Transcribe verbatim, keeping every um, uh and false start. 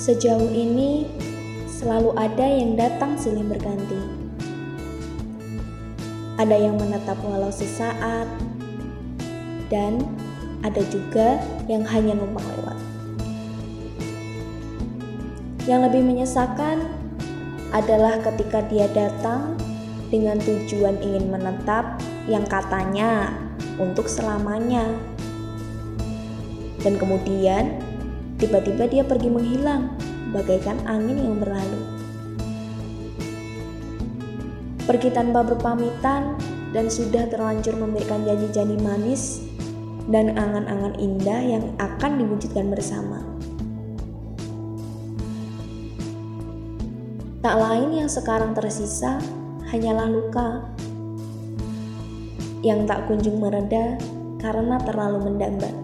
Sejauh ini, selalu ada yang datang silih berganti. Ada yang menetap walau sesaat, dan ada juga yang hanya numpang lewat. Yang lebih menyesakan adalah ketika dia datang dengan tujuan ingin menetap yang katanya untuk selamanya. Dan kemudian tiba-tiba dia pergi menghilang bagaikan angin yang berlalu. Pergi tanpa berpamitan dan sudah terlanjur memberikan janji-janji manis dan angan-angan indah yang akan diwujudkan bersama. Tak lain yang sekarang tersisa hanyalah luka yang tak kunjung mereda karena terlalu mendamba.